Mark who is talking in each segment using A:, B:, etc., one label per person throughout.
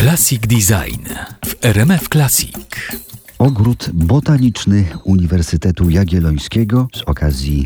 A: Classic Design w RMF Classic.
B: Ogród Botaniczny Uniwersytetu Jagiellońskiego z okazji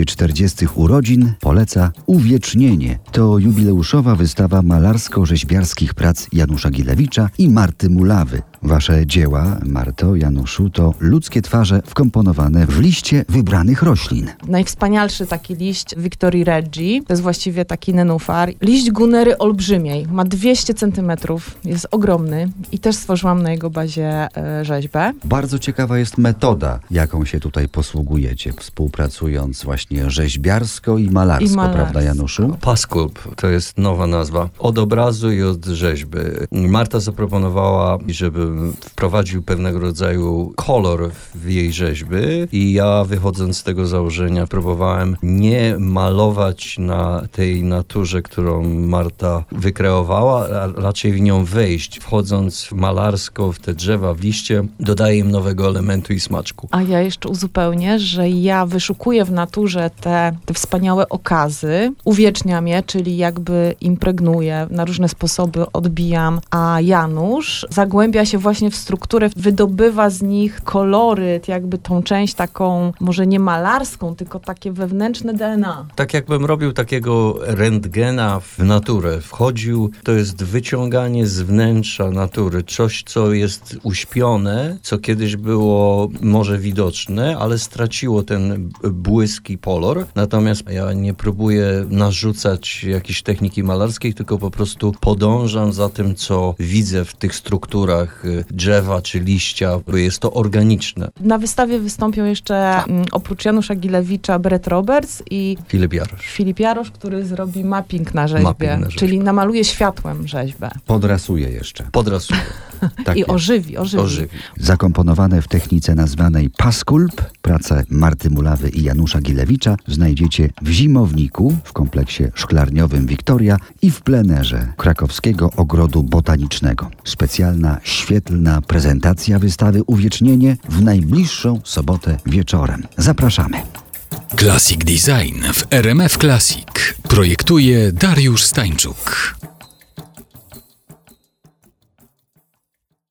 B: 240 urodzin poleca Uwiecznienie. To jubileuszowa wystawa malarsko-rzeźbiarskich prac Janusza Gilewicza i Marty Mulawy. Wasze dzieła, Marto, Januszu, to ludzkie twarze wkomponowane w liście wybranych roślin.
C: Najwspanialszy taki liść Victorii Regii, to jest właściwie taki nenufar. Liść Gunery olbrzymiej, ma 200 cm, jest ogromny i też stworzyłam na jego bazie rzeźbę.
B: Bardzo ciekawa jest metoda, jaką się tutaj posługujecie, współpracując właśnie rzeźbiarsko i malarsko, prawda, Januszu?
D: Pasculp to jest nowa nazwa. Od obrazu i od rzeźby. Marta zaproponowała, żeby wprowadził pewnego rodzaju kolor w jej rzeźby i ja, wychodząc z tego założenia, próbowałem nie malować na tej naturze, którą Marta wykreowała, a raczej w nią wejść. Wchodząc malarsko w te drzewa, w liście, dodaję im nowego elementu i smaczku.
C: A ja jeszcze uzupełnię, że ja wyszukuję w naturze te wspaniałe okazy, uwieczniam je, czyli jakby impregnuję, na różne sposoby odbijam, a Janusz zagłębia się właśnie w strukturę, wydobywa z nich koloryt, jakby tą część taką, może nie malarską, tylko takie wewnętrzne DNA.
D: Tak jakbym robił takiego rentgena w naturę. Wchodził, to jest wyciąganie z wnętrza natury, coś, co jest uśpione, co kiedyś było może widoczne, ale straciło ten błysk i kolor. Natomiast ja nie próbuję narzucać jakiejś techniki malarskiej, tylko po prostu podążam za tym, co widzę w tych strukturach drzewa czy liścia, bo jest to organiczne.
C: Na wystawie wystąpią jeszcze oprócz Janusza Gilewicza Brett Roberts i Filip Jarosz, który zrobi mapping na rzeźbie, czyli namaluje światłem rzeźbę.
B: Podrasuje jeszcze.
D: Podrasuje.
C: Tak i ożywi.
B: Zakomponowane w technice nazwanej Pasculp prace Marty Mulawy i Janusza Gilewicza znajdziecie w Zimowniku, w kompleksie szklarniowym Wiktoria i w plenerze Krakowskiego Ogrodu Botanicznego. Specjalna, świetlna prezentacja wystawy Uwiecznienie w najbliższą sobotę wieczorem. Zapraszamy.
A: Classic Design w RMF Classic projektuje Dariusz Stańczuk.